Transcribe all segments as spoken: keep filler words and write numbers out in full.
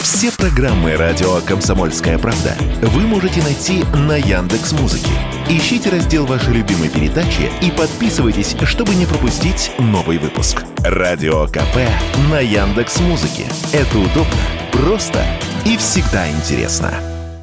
Все программы радио «Комсомольская правда» вы можете найти на Яндекс.Музыке. Ищите раздел вашей любимой передачи и подписывайтесь, чтобы не пропустить новый выпуск. Радио КП на Яндекс.Музыке. Это удобно, просто и всегда интересно.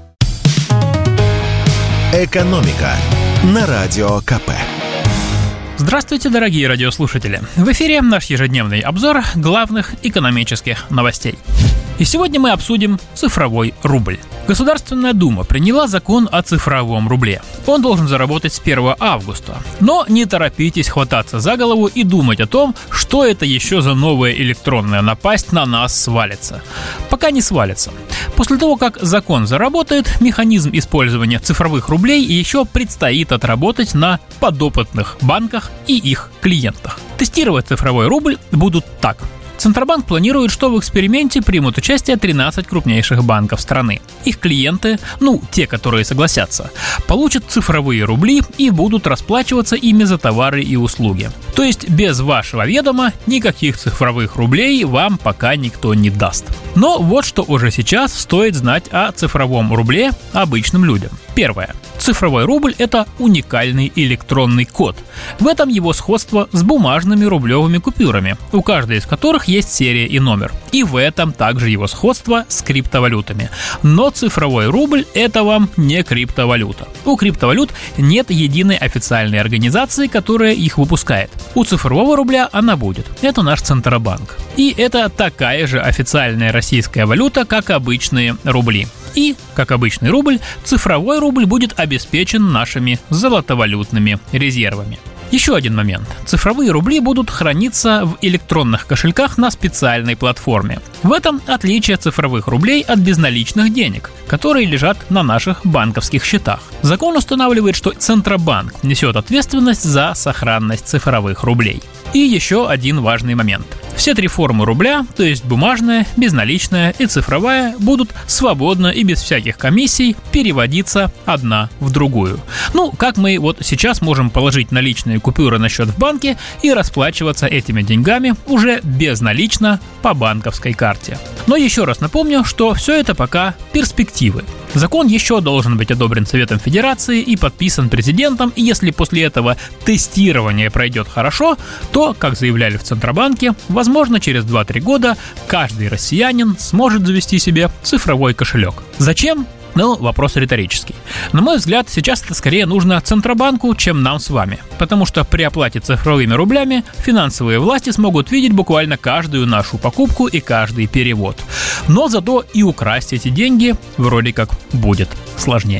«Экономика» на Радио КП. Здравствуйте, дорогие радиослушатели! В эфире наш ежедневный обзор главных экономических новостей. И сегодня мы обсудим цифровой рубль. Государственная Дума приняла закон о цифровом рубле. Он должен заработать с первого августа. Но не торопитесь хвататься за голову и думать о том, что это еще за новая электронная напасть на нас свалится. Пока не свалится. После того, как закон заработает, механизм использования цифровых рублей еще предстоит отработать на подопытных банках и их клиентах. Тестировать цифровой рубль будут так. Центробанк планирует, что в эксперименте примут участие тринадцать крупнейших банков страны. Их клиенты, ну, те, которые согласятся, получат цифровые рубли и будут расплачиваться ими за товары и услуги. То есть без вашего ведома никаких цифровых рублей вам пока никто не даст. Но вот что уже сейчас стоит знать о цифровом рубле обычным людям. Первое. Цифровой рубль – это уникальный электронный код. В этом его сходство с бумажными рублевыми купюрами, у каждой из которых есть серия и номер. И в этом также его сходство с криптовалютами. Но цифровой рубль – это вам не криптовалюта. У криптовалют нет единой официальной организации, которая их выпускает. У цифрового рубля она будет. Это наш Центробанк. И это такая же официальная российская валюта, как обычные рубли. И, как обычный рубль, цифровой рубль будет обеспечен нашими золотовалютными резервами. Еще один момент. Цифровые рубли будут храниться в электронных кошельках на специальной платформе. В этом отличие цифровых рублей от безналичных денег, которые лежат на наших банковских счетах. Закон устанавливает, что Центробанк несет ответственность за сохранность цифровых рублей. И еще один важный момент. Все три формы рубля, то есть бумажная, безналичная и цифровая, будут свободно и без всяких комиссий переводиться одна в другую. Ну, как мы вот сейчас можем положить наличные купюры на счет в банке и расплачиваться этими деньгами уже безналично по банковской карте. Но еще раз напомню, что все это пока перспективы. Закон еще должен быть одобрен Советом Федерации и подписан президентом, и если после этого тестирование пройдет хорошо, то, как заявляли в Центробанке, возможно, через два-три года каждый россиянин сможет завести себе цифровой кошелек. Зачем? Ну, вопрос риторический. На мой взгляд, сейчас это скорее нужно Центробанку, чем нам с вами. Потому что при оплате цифровыми рублями финансовые власти смогут видеть буквально каждую нашу покупку и каждый перевод. Но зато и украсть эти деньги вроде как будет сложнее.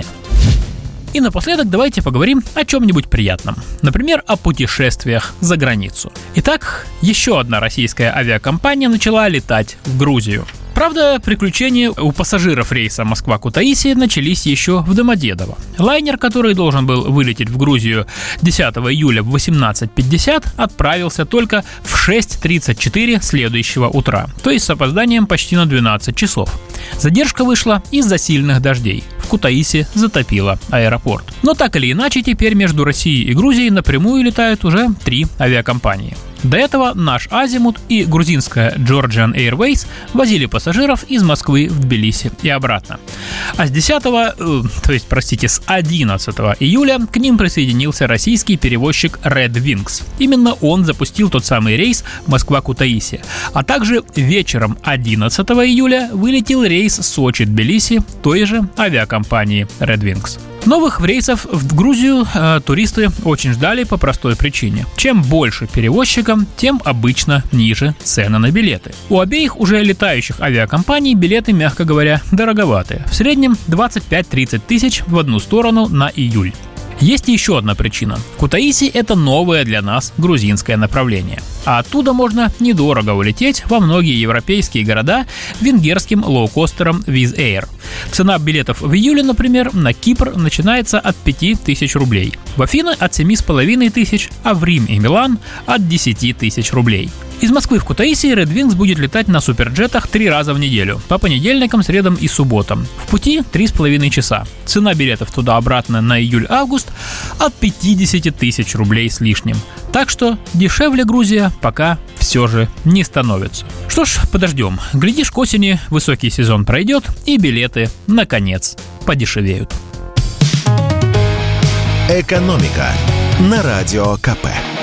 И напоследок давайте поговорим о чем-нибудь приятном. Например, о путешествиях за границу. Итак, еще одна российская авиакомпания начала летать в Грузию. Правда, приключения у пассажиров рейса Москва-Кутаиси начались еще в Домодедово. Лайнер, который должен был вылететь в Грузию десятого июля в восемнадцать пятьдесят, отправился только в шесть тридцать четыре следующего утра, то есть с опозданием почти на двенадцать часов. Задержка вышла из-за сильных дождей. В Кутаиси затопило аэропорт. Но так или иначе, теперь между Россией и Грузией напрямую летают уже три авиакомпании. До этого наш Азимут и грузинская Georgian Airways возили пассажиров из Москвы в Тбилиси и обратно. А с десятого, э, то есть, простите, с одиннадцатого июля к ним присоединился российский перевозчик Red Wings. Именно он запустил тот самый рейс Москва-Кутаиси. А также вечером одиннадцатого июля вылетел рейс Сочи-Тбилиси той же авиакомпании Red Wings. Новых рейсов в Грузию э, туристы очень ждали по простой причине. Чем больше перевозчикам, тем обычно ниже цены на билеты. У обеих уже летающих авиакомпаний билеты, мягко говоря, дороговатые. В среднем двадцать пять-тридцать тысяч в одну сторону на июль. Есть еще одна причина. Кутаиси – это новое для нас грузинское направление. А оттуда можно недорого улететь во многие европейские города венгерским лоукостером Wizz Air. Цена билетов в июле, например, на Кипр начинается от пяти тысяч рублей, в Афины от семи с половиной тысяч, а в Рим и Милан от десяти тысяч рублей. Из Москвы в Кутаиси Red Wings будет летать на суперджетах три раза в неделю, по понедельникам, средам и субботам. В пути три с половиной часа. Цена билетов туда-обратно на июль-август от пятидесяти тысяч рублей с лишним. Так что дешевле Грузия пока в все же не становится. Что ж, подождем. Глядишь, к осени высокий сезон пройдет, и билеты, наконец, подешевеют. «Экономика» на Радио ка пэ.